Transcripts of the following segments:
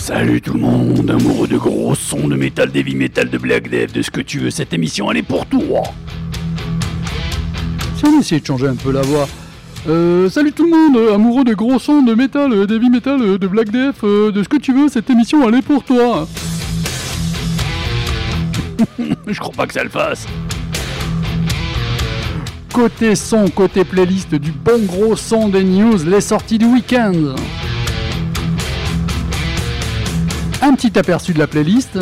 Salut tout le monde, amoureux de gros sons, de métal, d'heavy metal, de black death, de ce que tu veux, cette émission elle est pour toi. Si on essayait de changer un peu la voix. Salut tout le monde, amoureux de gros sons, de métal, d'heavy metal, de black death, de ce que tu veux, cette émission elle est pour toi. Je crois pas que ça le fasse. Côté son, côté playlist, du bon gros son des news, les sorties du week-end. Un petit aperçu de la playlist.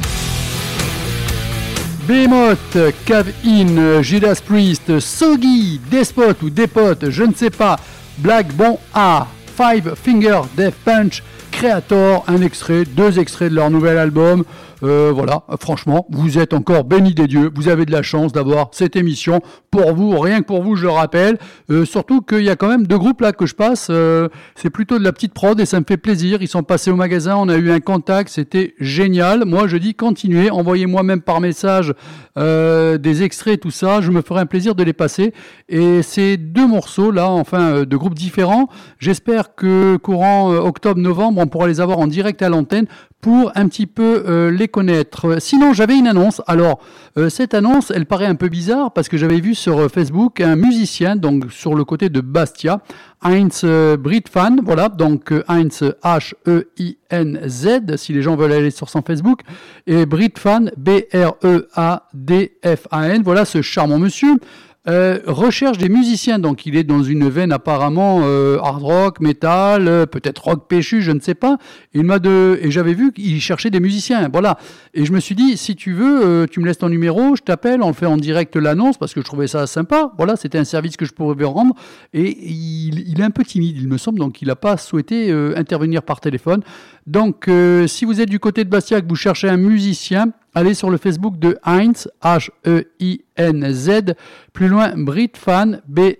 Behemoth, Cave In, Judas Priest, Soggy, Despot ou Despot, je ne sais pas, Black Bon A, Five Finger Death Punch, Creator, un extrait, 2 extraits de leur nouvel album. Voilà, franchement, vous êtes encore bénis des dieux, vous avez de la chance d'avoir cette émission pour vous, rien que pour vous, je le rappelle. Surtout qu'il y a quand même 2 groupes là que je passe, c'est plutôt de la petite prod et ça me fait plaisir. Ils sont passés au magasin, on a eu un contact, c'était génial. Moi, je dis continuez, envoyez-moi même par message des extraits, tout ça, je me ferai un plaisir de les passer. Et ces 2 morceaux là, enfin, de groupes différents, j'espère que courant octobre-novembre, on pourra les avoir en direct à l'antenne pour un petit peu les connaître. Sinon, j'avais une annonce. Alors, cette annonce, elle paraît un peu bizarre parce que j'avais vu sur Facebook un musicien, donc sur le côté de Bastia, Heinz Britfan, voilà, donc Heinz H-E-I-N-Z, si les gens veulent aller sur son Facebook, et Britfan, B-R-E-A-D-F-A-N, voilà ce charmant monsieur. Recherche des musiciens, donc il est dans une veine apparemment hard rock, metal, peut-être rock péchu, je ne sais pas. Et j'avais vu qu'il cherchait des musiciens, voilà. Et je me suis dit, si tu veux, tu me laisses ton numéro, je t'appelle, on fait en direct l'annonce parce que je trouvais ça sympa. Voilà, c'était un service que je pourrais rendre. Et il est un peu timide, il me semble, donc il n'a pas souhaité intervenir par téléphone. Donc, si vous êtes du côté de Bastia, que vous cherchez un musicien, allez sur le Facebook de Heinz, H-E-I-N-Z, plus loin, Britfan,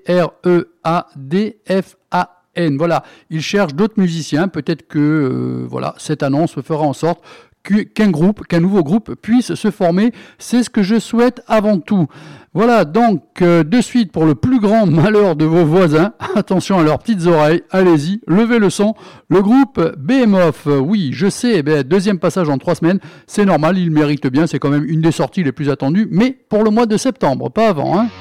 B-R-E-A-D-F-A-N. Voilà, il cherche d'autres musiciens. Peut-être que voilà, cette annonce fera en sorte qu'un nouveau groupe puisse se former. C'est ce que je souhaite avant tout. Voilà, donc, de suite, pour le plus grand malheur de vos voisins, attention à leurs petites oreilles, allez-y, levez le son. Le groupe Behemoth, oui, je sais, 2e passage en 3 semaines, c'est normal, il mérite bien, c'est quand même une des sorties les plus attendues, mais pour le mois de septembre, pas avant, hein.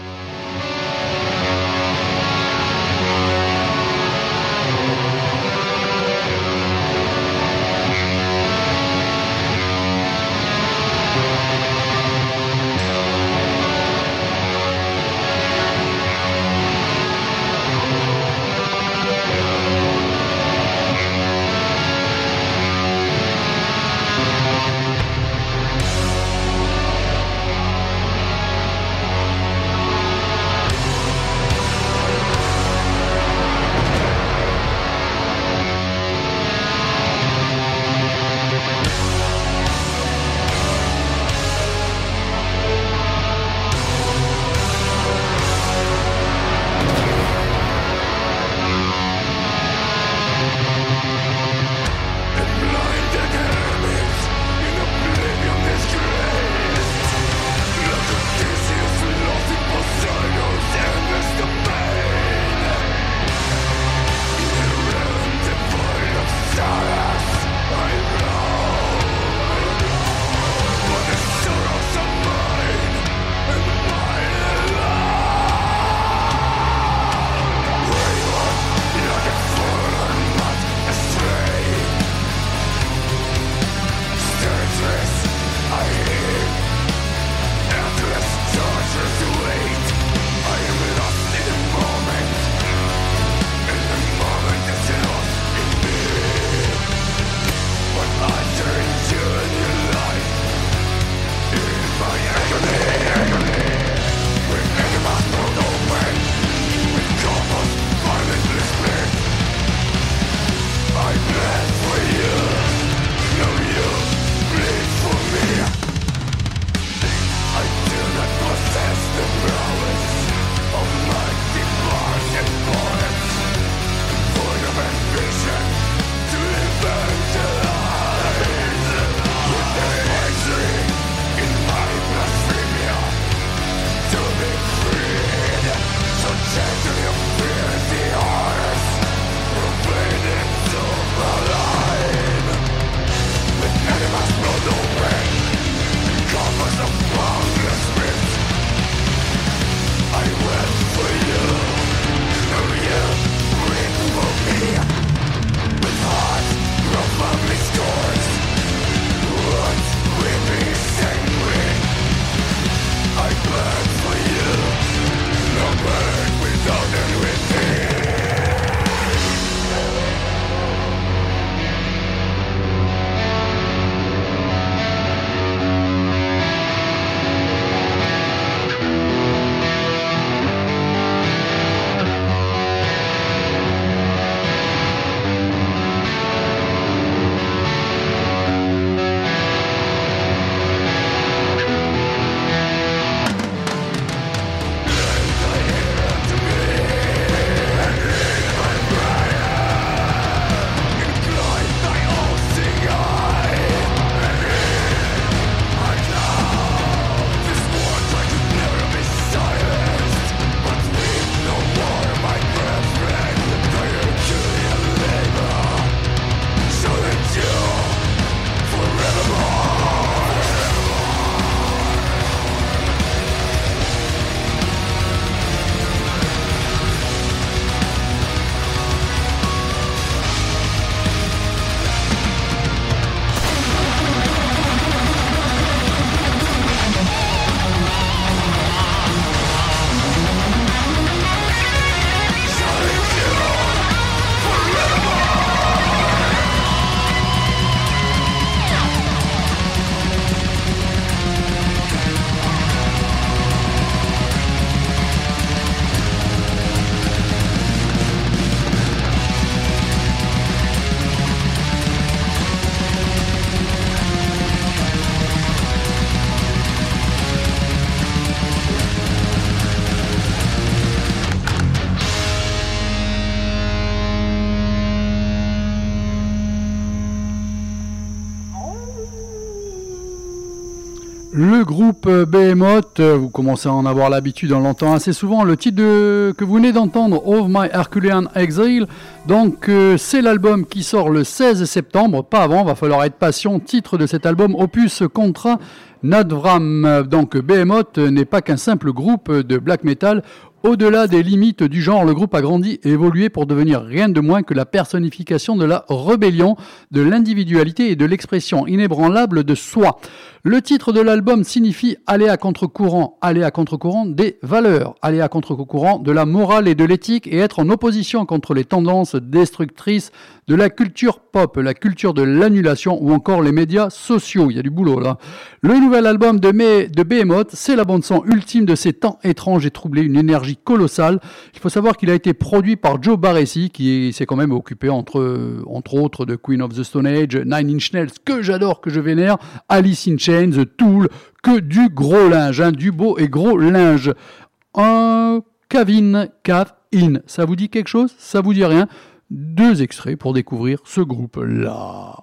Le groupe Behemoth, vous commencez à en avoir l'habitude, on l'entend assez souvent. Le titre que vous venez d'entendre, Of My Herculean Exile, donc c'est l'album qui sort le 16 septembre, pas avant, va falloir être patient. Titre de cet album, Opus Contra Nadvram. Donc Behemoth n'est pas qu'un simple groupe de black metal. Au-delà des limites du genre, le groupe a grandi et évolué pour devenir rien de moins que la personnification de la rébellion, de l'individualité et de l'expression inébranlable de soi. Le titre de l'album signifie aller à contre-courant des valeurs, aller à contre-courant de la morale et de l'éthique et être en opposition contre les tendances destructrices de la culture pop, la culture de l'annulation ou encore les médias sociaux. Il y a du boulot là. Le nouvel album de Behemoth, c'est la bande-son ultime de ces temps étranges et troublés, une énergie colossale. Il faut savoir qu'il a été produit par Joe Barresi, qui s'est quand même occupé entre autres de Queen of the Stone Age, Nine Inch Nails, que j'adore, que je vénère, Alice in Chains, Tool, que du gros linge, hein, du beau et gros linge. Cave-In, ça vous dit quelque chose? Ça vous dit rien? 2 extraits pour découvrir ce groupe-là.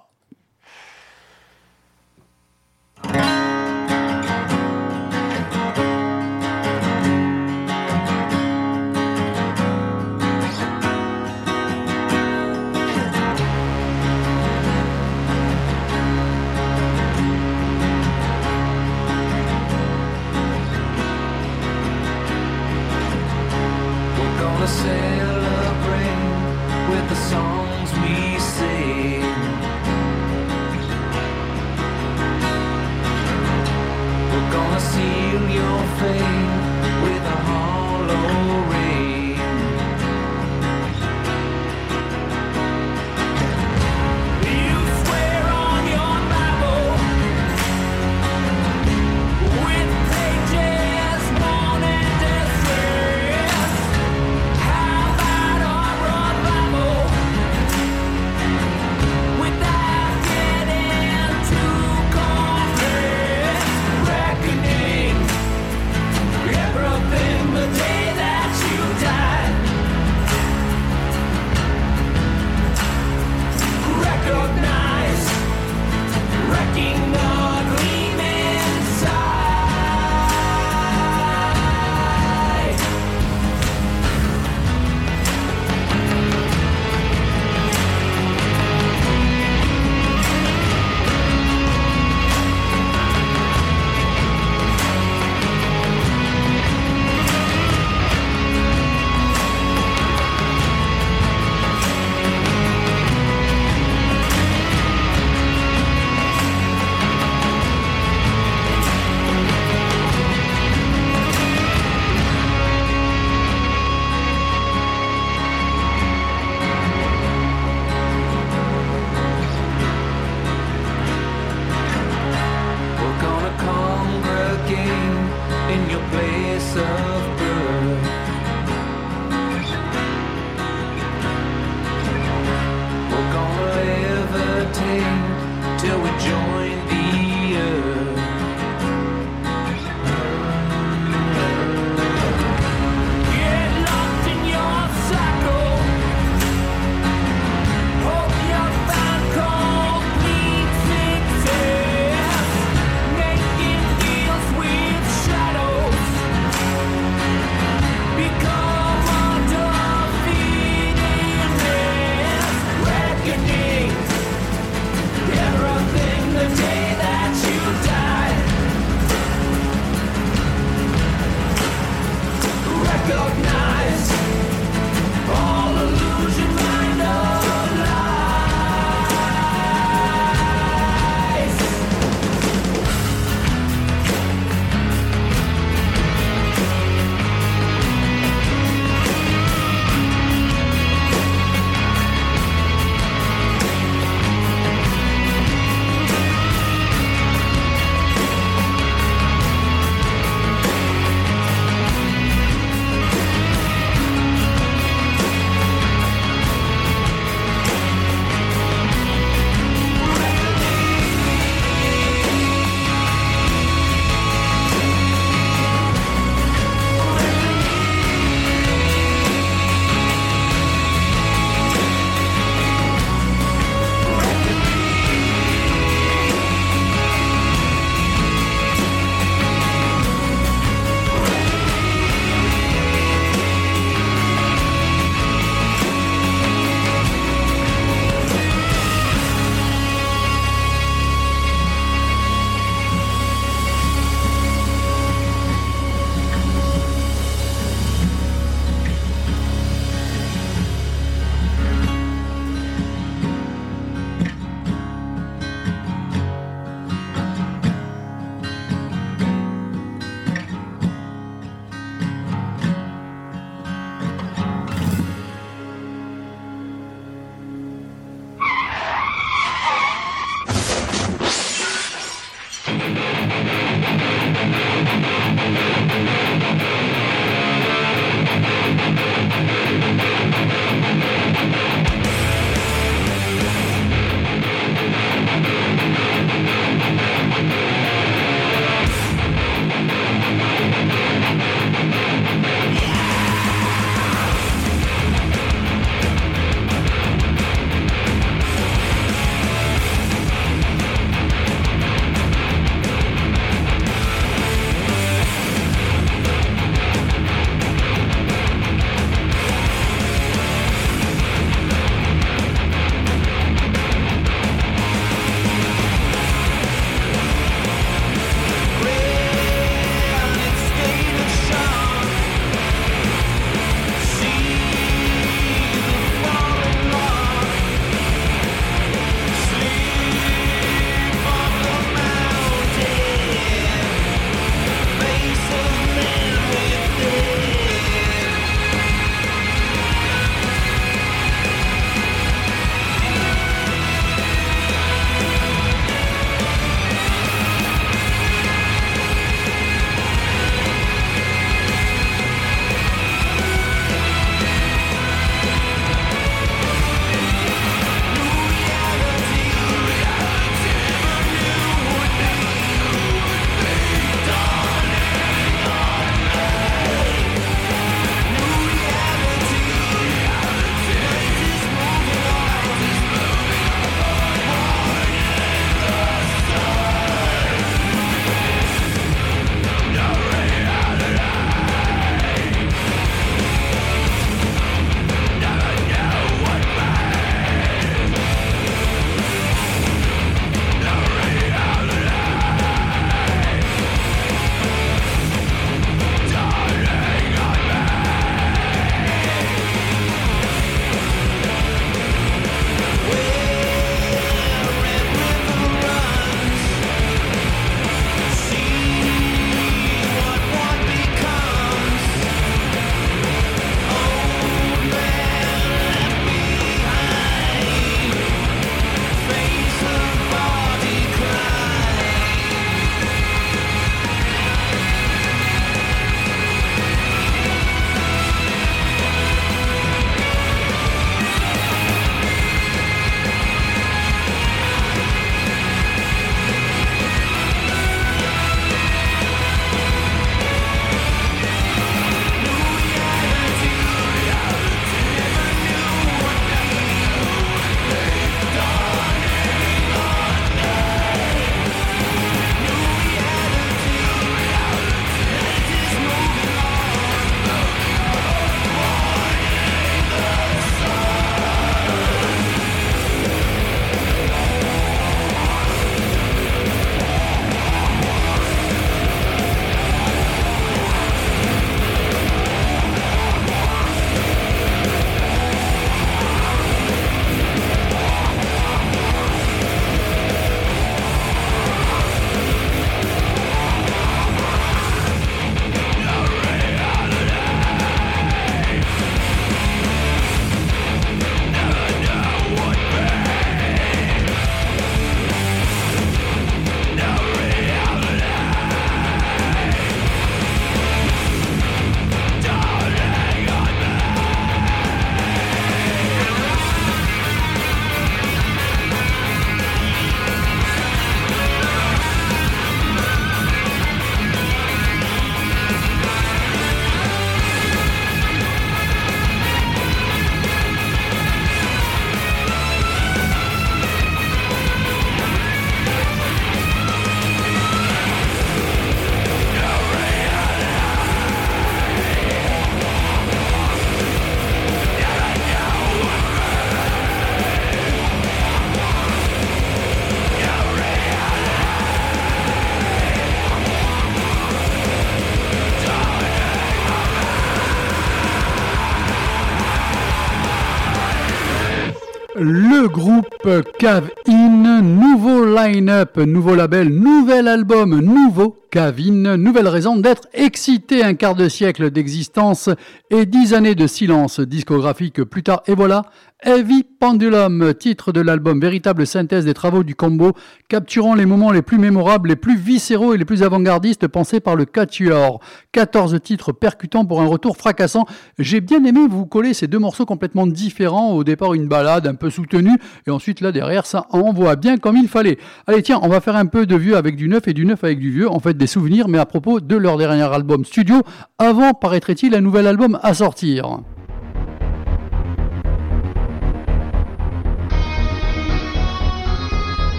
Le groupe Cave In, nouveau line-up, nouveau label, nouvel album, nouveau Cave In, nouvelle raison d'être excité, un quart de siècle d'existence et 10 années de silence discographique plus tard. Et voilà, Heavy Pendulum, titre de l'album, véritable synthèse des travaux du combo, capturant les moments les plus mémorables, les plus viscéraux et les plus avant-gardistes pensés par le Quatuor. 14 titres percutants pour un retour fracassant. J'ai bien aimé vous coller ces deux morceaux complètement différents. Au départ, une balade un peu soutenue et ensuite là derrière, ça envoie bien comme il fallait. Allez tiens, on va faire un peu de vieux avec du neuf et du neuf avec du vieux. En fait, des souvenirs, mais à propos de leur dernier album studio, avant, paraîtrait-il, un nouvel album à sortir.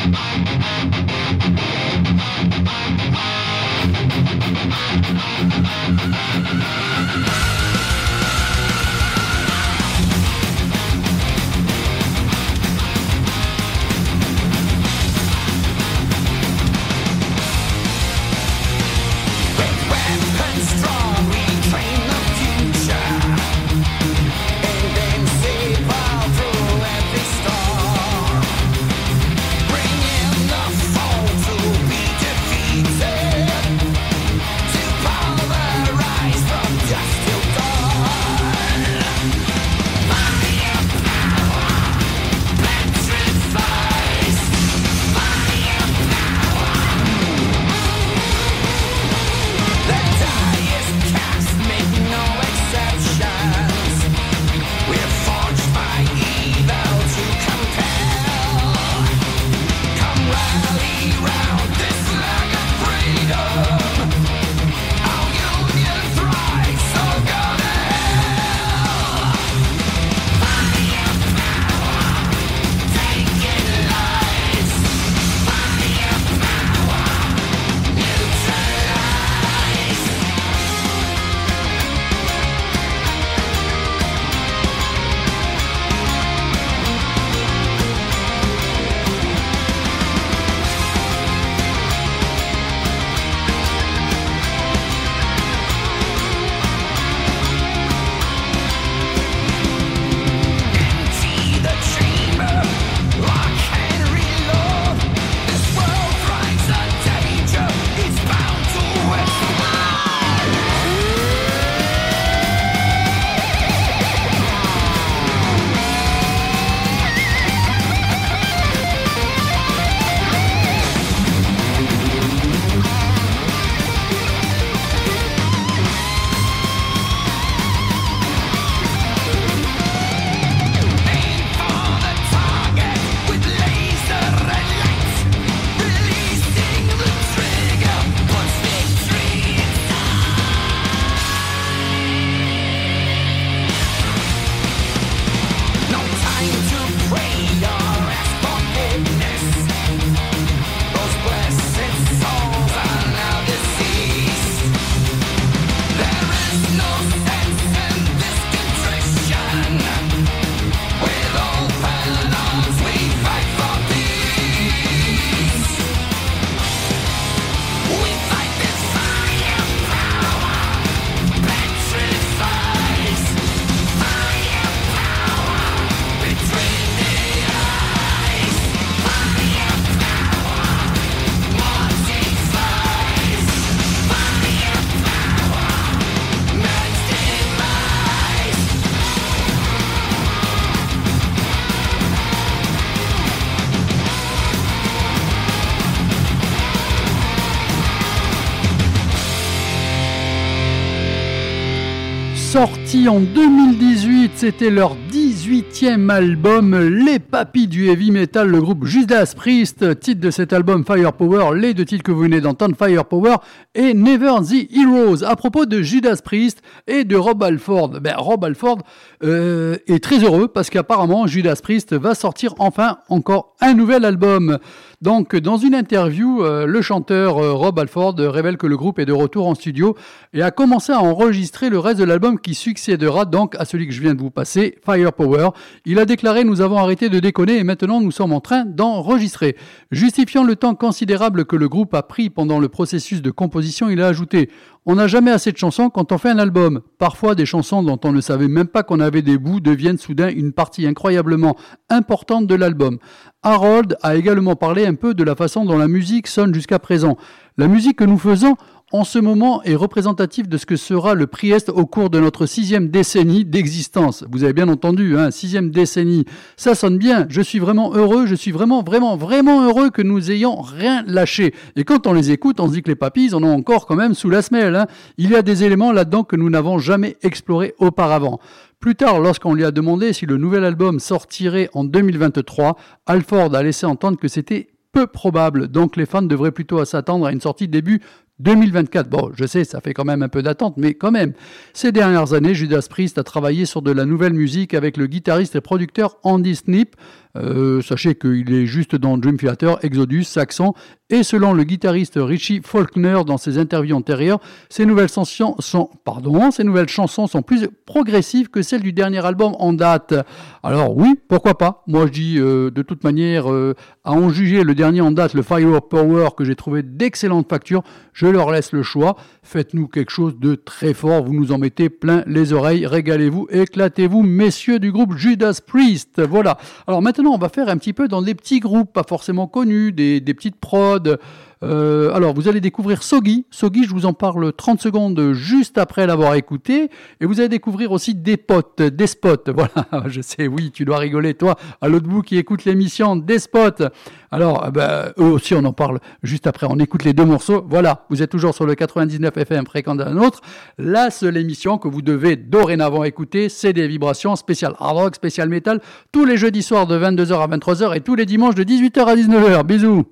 Sorti en 2018, c'était leur 18e album, Les Papis du Heavy Metal, le groupe Judas Priest, titre de cet album Firepower, les deux titres que vous venez d'entendre, Firepower et Never the Heroes. À propos de Judas Priest et de Rob Halford, Rob Halford est très heureux parce qu'apparemment Judas Priest va sortir enfin encore un nouvel album. Donc, dans une interview, le chanteur Rob Halford révèle que le groupe est de retour en studio et a commencé à enregistrer le reste de l'album qui succédera donc à celui que je viens de vous passer, Firepower. Il a déclaré « Nous avons arrêté de déconner et maintenant nous sommes en train d'enregistrer ». Justifiant le temps considérable que le groupe a pris pendant le processus de composition, il a ajouté « On n'a jamais assez de chansons quand on fait un album. Parfois, des chansons dont on ne savait même pas qu'on avait des bouts deviennent soudain une partie incroyablement importante de l'album. » Harold a également parlé un peu de la façon dont la musique sonne jusqu'à présent. La musique que nous faisons en ce moment est représentative de ce que sera le Priest au cours de notre 6e décennie d'existence. Vous avez bien entendu, 6e décennie. Ça sonne bien. Je suis vraiment heureux. Je suis vraiment heureux que nous ayons rien lâché. Et quand on les écoute, on se dit que les papis, ils en ont encore quand même sous la semelle. Il y a des éléments là-dedans que nous n'avons jamais explorés auparavant. Plus tard, lorsqu'on lui a demandé si le nouvel album sortirait en 2023, Halford a laissé entendre que c'était peu probable. Donc les fans devraient plutôt s'attendre à une sortie début 2024. Bon, je sais, ça fait quand même un peu d'attente, mais quand même. Ces dernières années, Judas Priest a travaillé sur de la nouvelle musique avec le guitariste et producteur Andy Sneap. Sachez qu'il est juste dans Dream Theater, Exodus, Saxon, et selon le guitariste Richie Faulkner dans ses interviews antérieures, ces nouvelles chansons sont plus progressives que celles du dernier album en date. Alors oui, pourquoi pas. Moi je dis de toute manière, à en juger le dernier en date, le Firepower, que j'ai trouvé d'excellente facture, je leur laisse le choix. Faites-nous quelque chose de très fort, vous nous en mettez plein les oreilles, régalez-vous, éclatez-vous, messieurs du groupe Judas Priest. Voilà. Alors maintenant, on va faire un petit peu dans des petits groupes, pas forcément connus, des petites prods. Alors, vous allez découvrir Soggy. Soggy, je vous en parle 30 secondes juste après l'avoir écouté. Et vous allez découvrir aussi Despot. Voilà, je sais, oui, tu dois rigoler, toi, à l'autre bout qui écoute l'émission Despot. Alors, eux aussi, on en parle juste après. On écoute les deux morceaux. Voilà, vous êtes toujours sur le 99 FM fréquent d'un autre. La seule émission que vous devez dorénavant écouter, c'est des vibrations spéciales hard rock, spécial metal, tous les jeudis soirs de 22h à 23h et tous les dimanches de 18h à 19h. Bisous.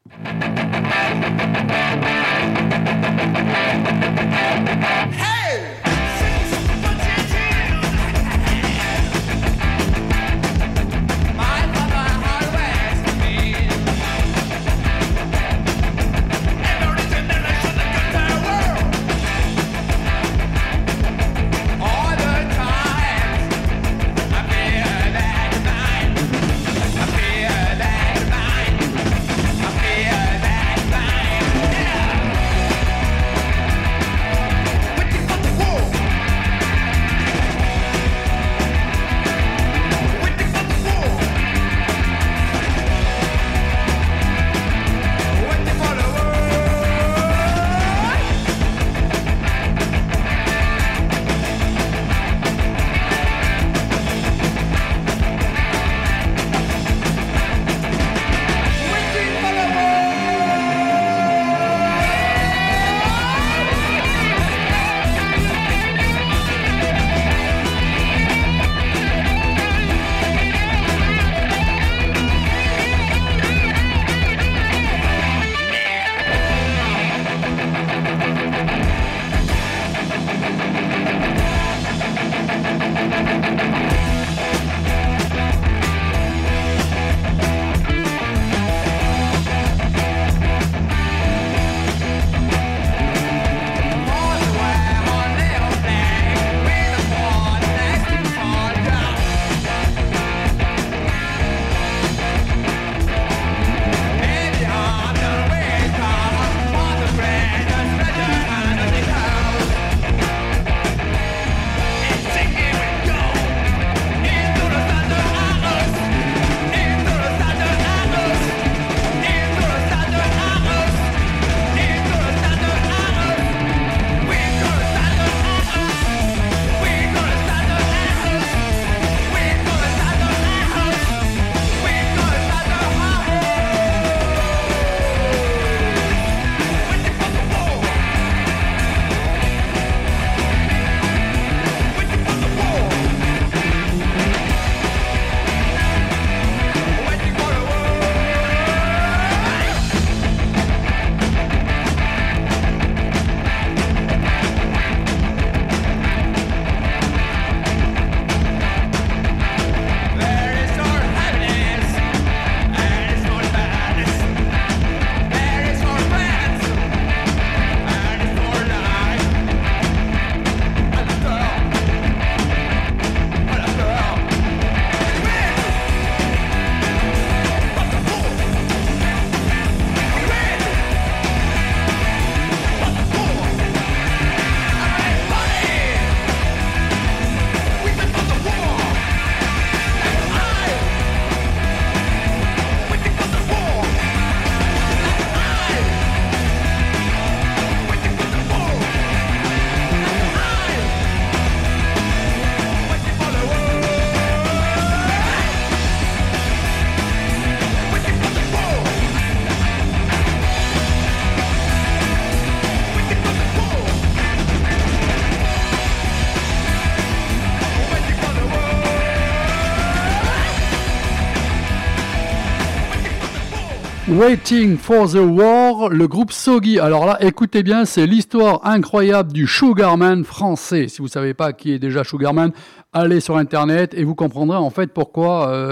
Waiting for the War, le groupe Soggy. Alors là, écoutez bien, c'est l'histoire incroyable du Sugarman français. Si vous ne savez pas qui est déjà Sugarman, allez sur Internet et vous comprendrez en fait pourquoi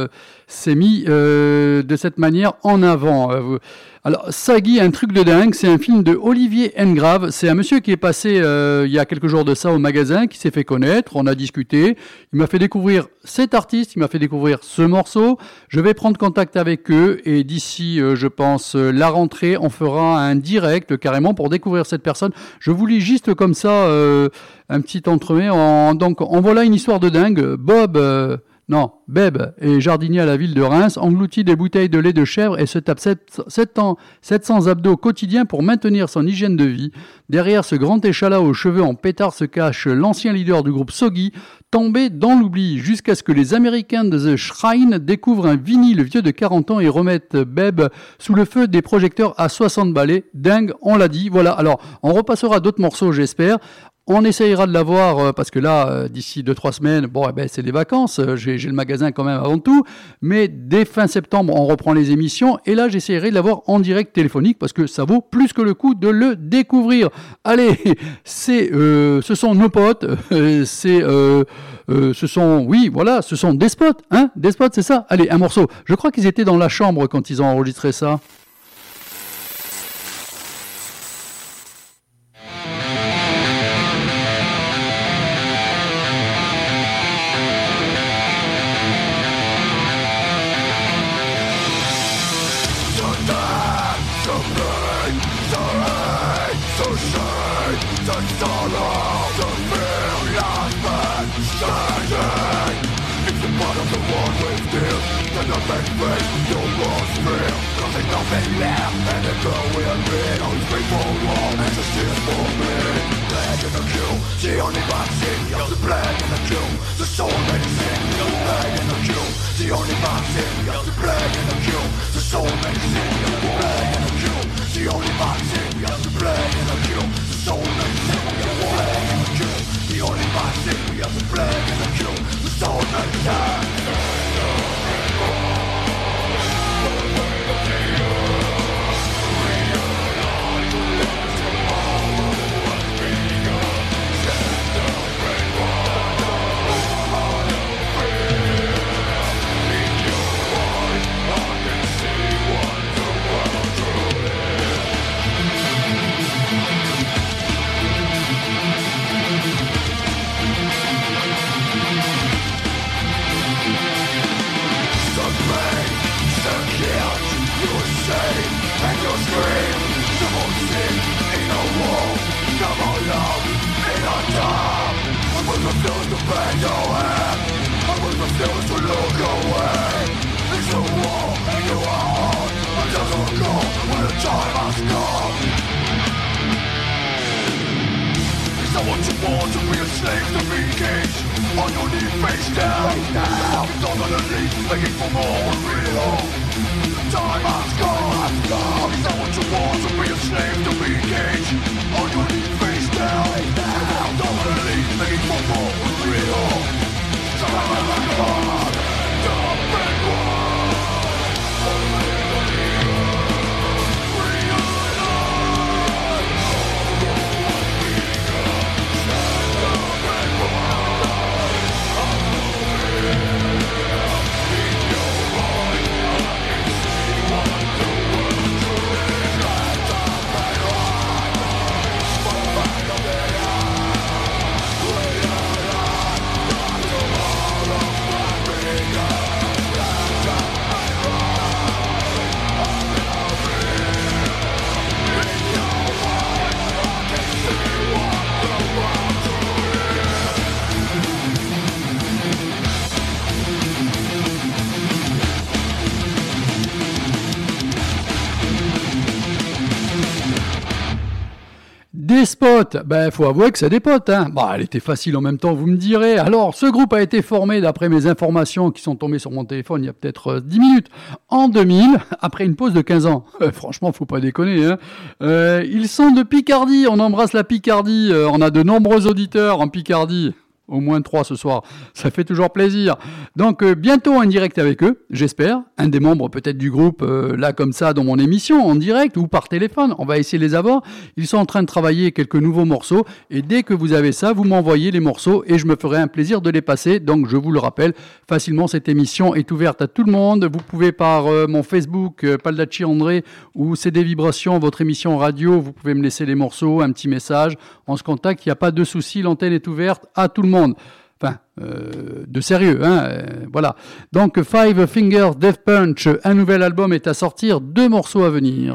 s'est mis de cette manière en avant. Alors, Sagui, un truc de dingue, c'est un film de Olivier Engrave. C'est un monsieur qui est passé il y a quelques jours de ça au magasin, qui s'est fait connaître, on a discuté. Il m'a fait découvrir cet artiste, il m'a fait découvrir ce morceau. Je vais prendre contact avec eux et d'ici, je pense, la rentrée, on fera un direct carrément pour découvrir cette personne. Je vous lis juste comme ça un petit entremets. Donc, en voilà une histoire de dingue. Beb est jardinier à la ville de Reims, engloutit des bouteilles de lait de chèvre et se tape 700 abdos quotidiens pour maintenir son hygiène de vie. Derrière ce grand échalas aux cheveux en pétard se cache l'ancien leader du groupe Soggy, tombé dans l'oubli jusqu'à ce que les Américains de The Shrine découvrent un vinyle vieux de 40 ans et remettent Beb sous le feu des projecteurs à 60 balais. Dingue, on l'a dit. Voilà, alors on repassera d'autres morceaux, j'espère. On essayera de l'avoir parce que là, d'ici 2-3 semaines, c'est les vacances. J'ai le magasin quand même avant tout. Mais dès fin septembre, on reprend les émissions. Et là, j'essaierai de l'avoir en direct téléphonique parce que ça vaut plus que le coup de le découvrir. Allez, ce sont nos potes. Ce sont des spots. Hein, des spots, c'est ça. Allez, un morceau. Je crois qu'ils étaient dans la chambre quand ils ont enregistré ça. Des spots, faut avouer que c'est des potes, hein. Elle était facile en même temps, vous me direz. Alors, ce groupe a été formé, d'après mes informations qui sont tombées sur mon téléphone il y a peut-être 10 minutes, en 2000, après une pause de 15 ans. Franchement, faut pas déconner, hein. Ils sont de Picardie, on embrasse la Picardie, on a de nombreux auditeurs en Picardie. Au moins 3 ce soir, ça fait toujours plaisir. Donc bientôt en direct avec eux, j'espère. Un des membres peut-être du groupe, là comme ça, dans mon émission, en direct ou par téléphone. On va essayer de les avoir. Ils sont en train de travailler quelques nouveaux morceaux. Et dès que vous avez ça, vous m'envoyez les morceaux et je me ferai un plaisir de les passer. Donc je vous le rappelle, facilement cette émission est ouverte à tout le monde. Vous pouvez par mon Facebook, Paldacci André, ou CD Vibrations, votre émission radio, vous pouvez me laisser les morceaux, un petit message. On se contacte, il n'y a pas de souci, l'antenne est ouverte à tout le monde. Enfin, de sérieux, hein, voilà. Donc, Five Finger Death Punch, un nouvel album est à sortir, 2 morceaux à venir.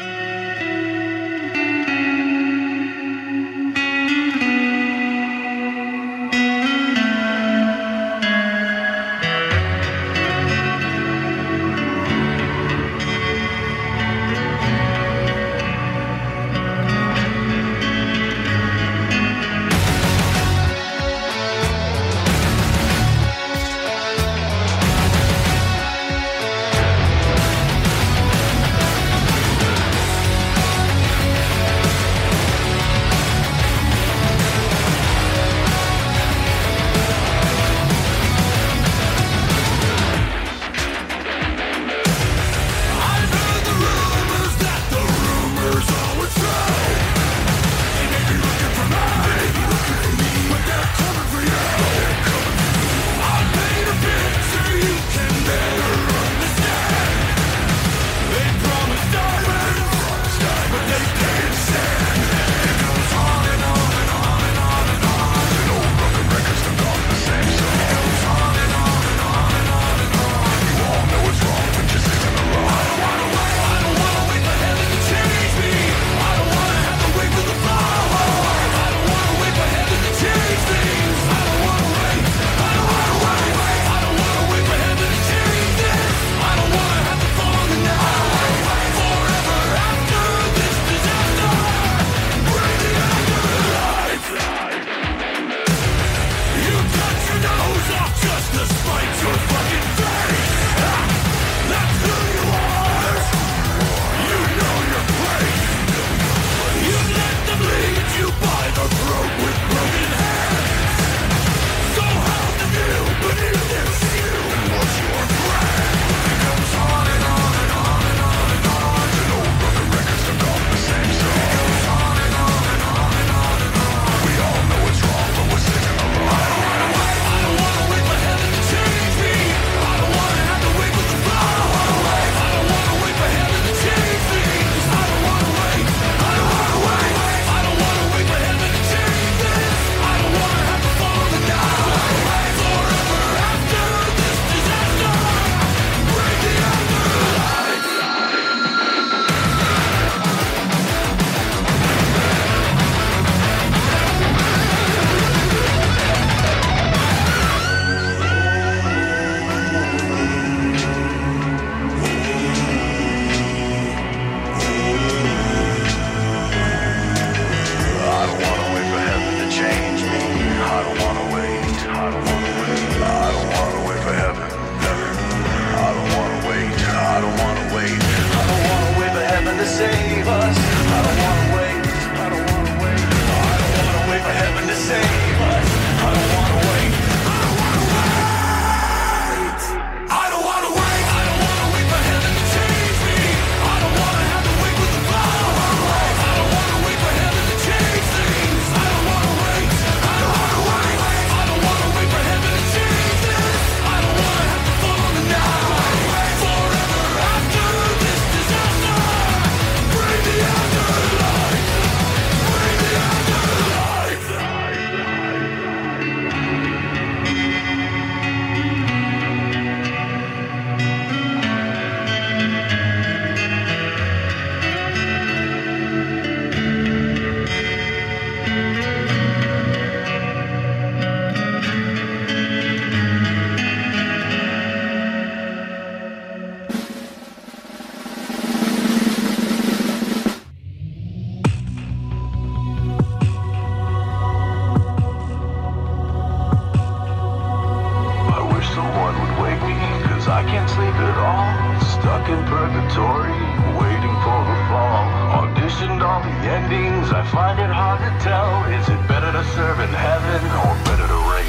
purgatory, waiting for the fall. Auditioned all the endings, I find it hard to tell. Is it better to serve in heaven or better to reign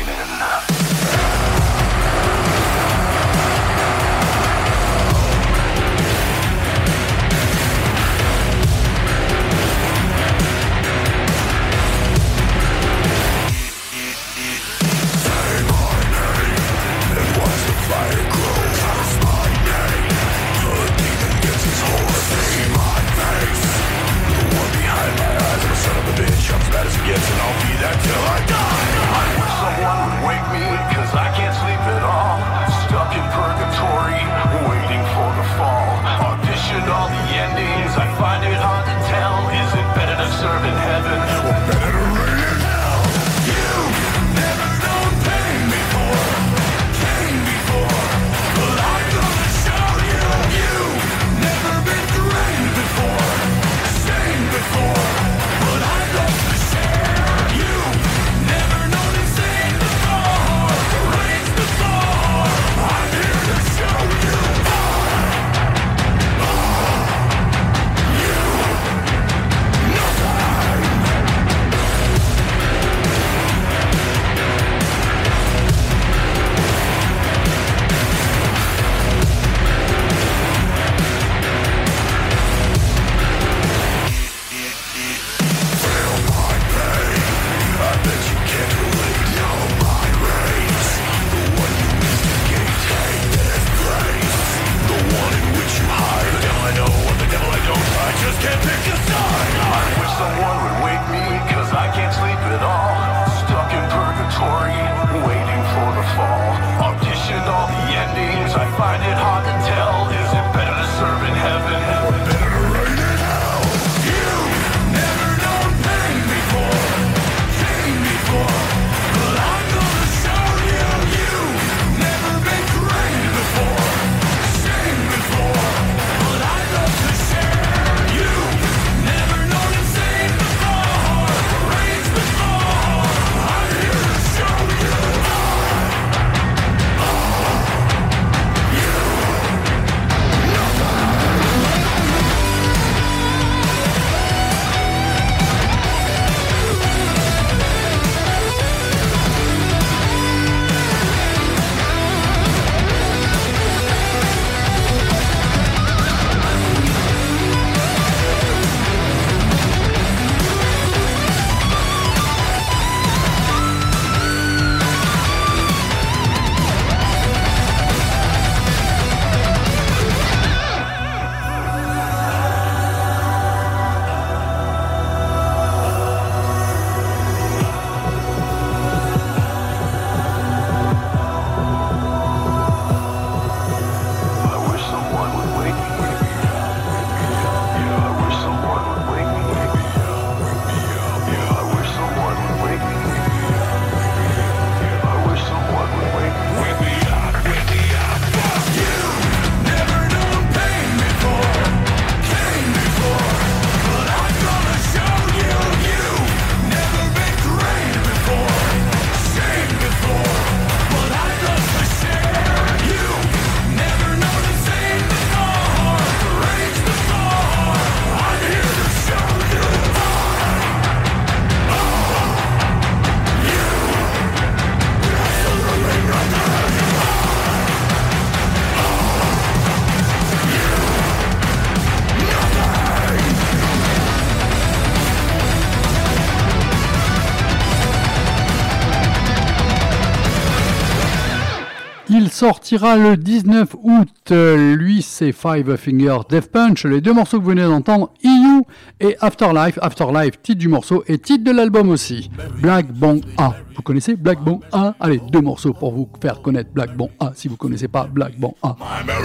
sortira le 19 août. Lui, c'est Five Finger Death Punch. Les deux morceaux que vous venez d'entendre, EU et Afterlife. Afterlife, titre du morceau et titre de l'album aussi. Black Bon A. Vous connaissez Black Bon A? Allez, deux morceaux pour vous faire connaître Black Bon A si vous ne connaissez pas Black Bon A.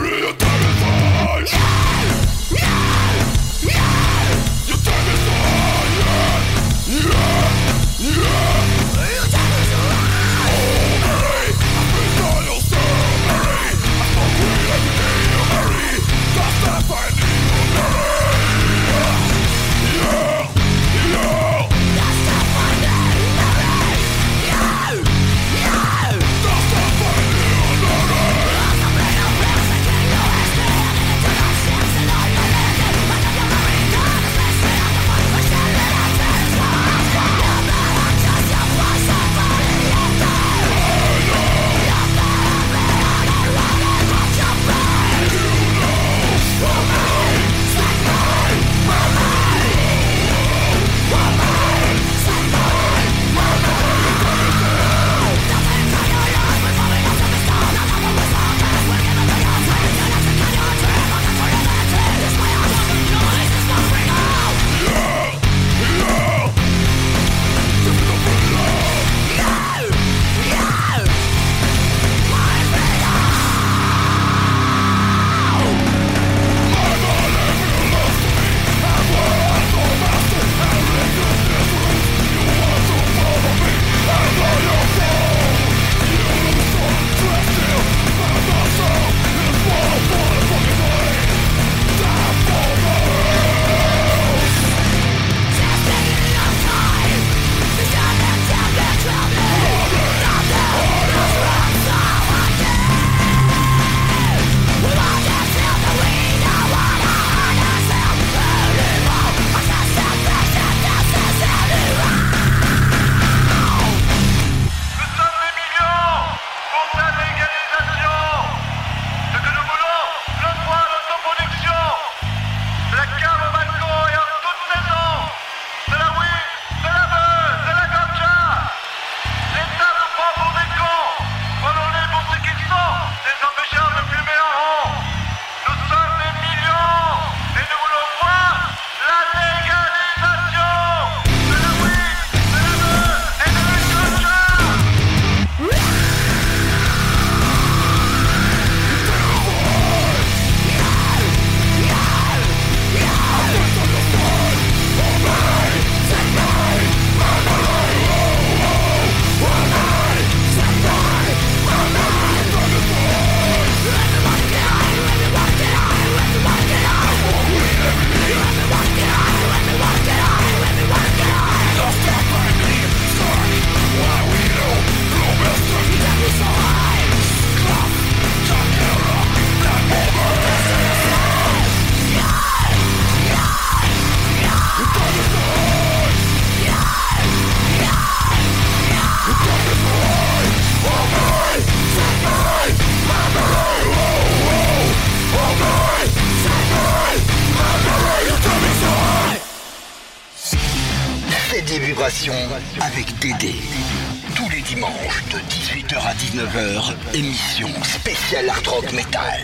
Avec Dédé. Tous les dimanches de 18h à 19h, émission spéciale Art Rock Metal.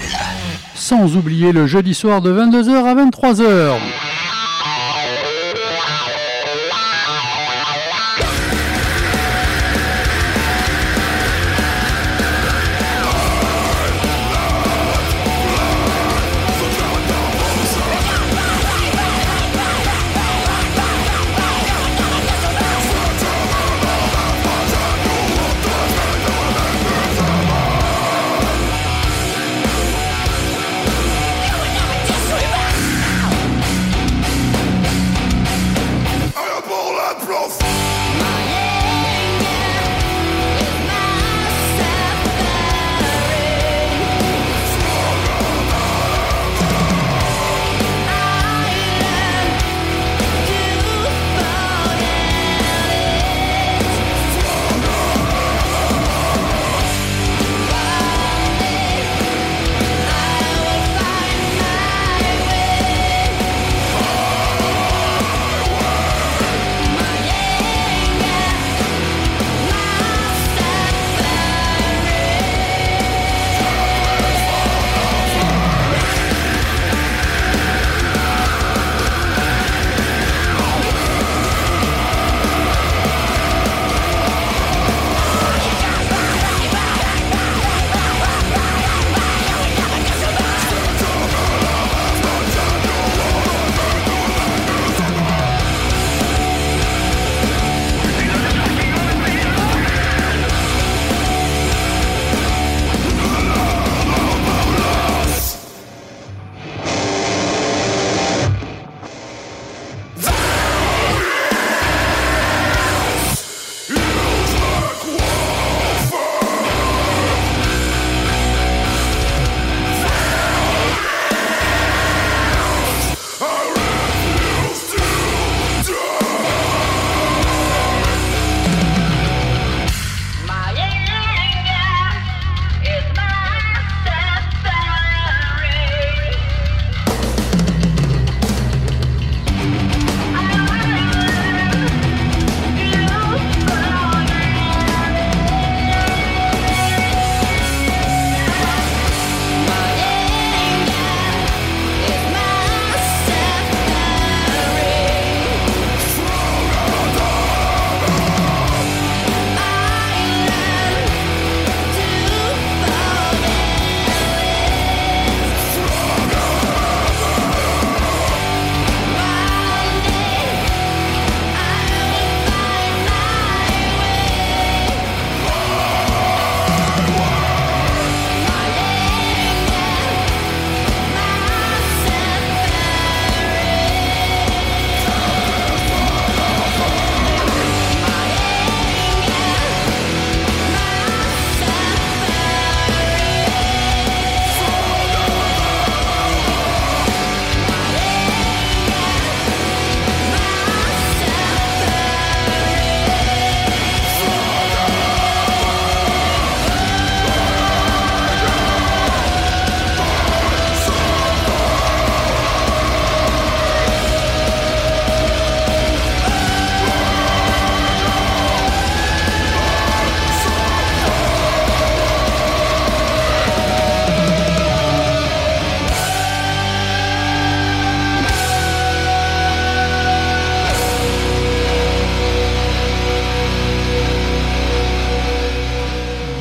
Sans oublier le jeudi soir de 22h à 23h.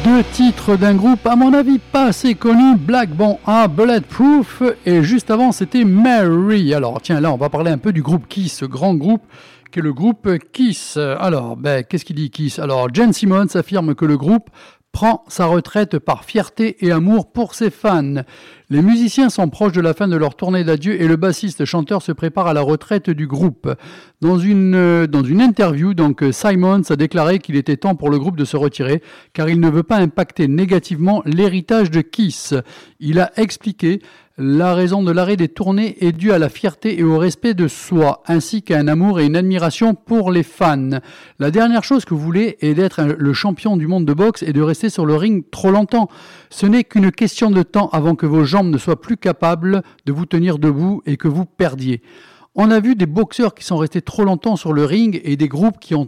Deux titres d'un groupe à mon avis pas assez connu, Black Bon A, Bulletproof, et juste avant c'était Mary. Alors tiens, là on va parler un peu du groupe Kiss, ce grand groupe qui est le groupe Kiss. Alors qu'est-ce qu'il dit Kiss? Alors Gene Simmons affirme que le groupe prend sa retraite par fierté et amour pour ses fans. Les musiciens sont proches de la fin de leur tournée d'adieu et le bassiste-chanteur se prépare à la retraite du groupe. Dans une interview, donc, Simmons a déclaré qu'il était temps pour le groupe de se retirer car il ne veut pas impacter négativement l'héritage de Kiss. Il a expliqué: la raison de l'arrêt des tournées est due à la fierté et au respect de soi, ainsi qu'à un amour et une admiration pour les fans. La dernière chose que vous voulez est d'être le champion du monde de boxe et de rester sur le ring trop longtemps. Ce n'est qu'une question de temps avant que vos jambes ne soient plus capables de vous tenir debout et que vous perdiez. On a vu des boxeurs qui sont restés trop longtemps sur le ring et des groupes qui ont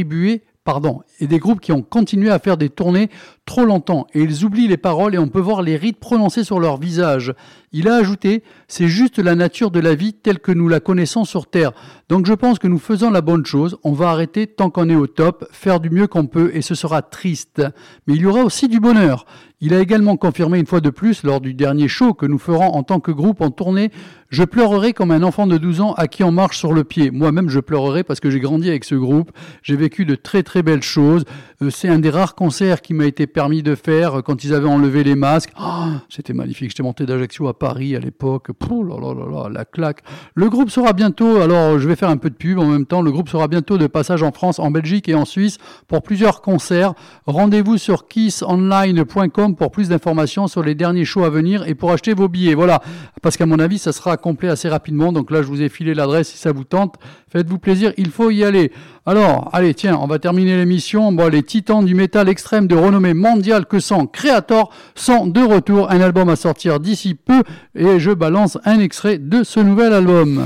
continué à faire des tournées trop longtemps et ils oublient les paroles et on peut voir les rites prononcés sur leur visage. Il a ajouté: c'est juste la nature de la vie telle que nous la connaissons sur Terre. Donc je pense que nous faisons la bonne chose, on va arrêter tant qu'on est au top, faire du mieux qu'on peut et ce sera triste. Mais il y aura aussi du bonheur. Il a également confirmé une fois de plus lors du dernier show que nous ferons en tant que groupe en tournée: je pleurerai comme un enfant de 12 ans à qui on marche sur le pied. Moi-même je pleurerai parce que j'ai grandi avec ce groupe, j'ai vécu de très très belles choses. C'est un des rares concerts qui m'a été permis de faire quand ils avaient enlevé les masques. C'était magnifique, j'étais monté d'Ajaccio à Paris à l'époque. La claque. Le groupe sera bientôt, alors je vais faire un peu de pub en même temps, le groupe sera bientôt de passage en France, en Belgique et en Suisse pour plusieurs concerts. Rendez-vous sur kissonline.com pour plus d'informations sur les derniers shows à venir et pour acheter vos billets. Voilà, parce qu'à mon avis ça sera complet assez rapidement, donc là je vous ai filé l'adresse si ça vous tente. Faites-vous plaisir, il faut y aller. Alors, allez, tiens, on va terminer l'émission. Les titans du métal extrême de renommée mondiale que sont Kreator sont de retour. Un album à sortir d'ici peu et je balance un extrait de ce nouvel album.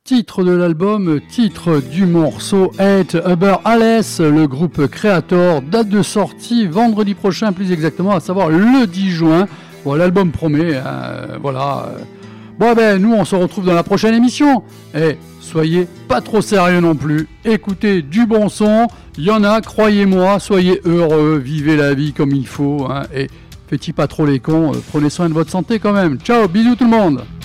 titre de l'album, titre du morceau Hate Uber Alice, le groupe Creator, date de sortie vendredi prochain plus exactement, à savoir le 10 juin. Bon, l'album promet, voilà. Bon ben nous on se retrouve dans la prochaine émission. Et soyez pas trop sérieux non plus, écoutez du bon son, il y en a, croyez-moi, soyez heureux, vivez la vie comme il faut, hein, et faites-y pas trop les cons, prenez soin de votre santé quand même. Ciao, bisous tout le monde.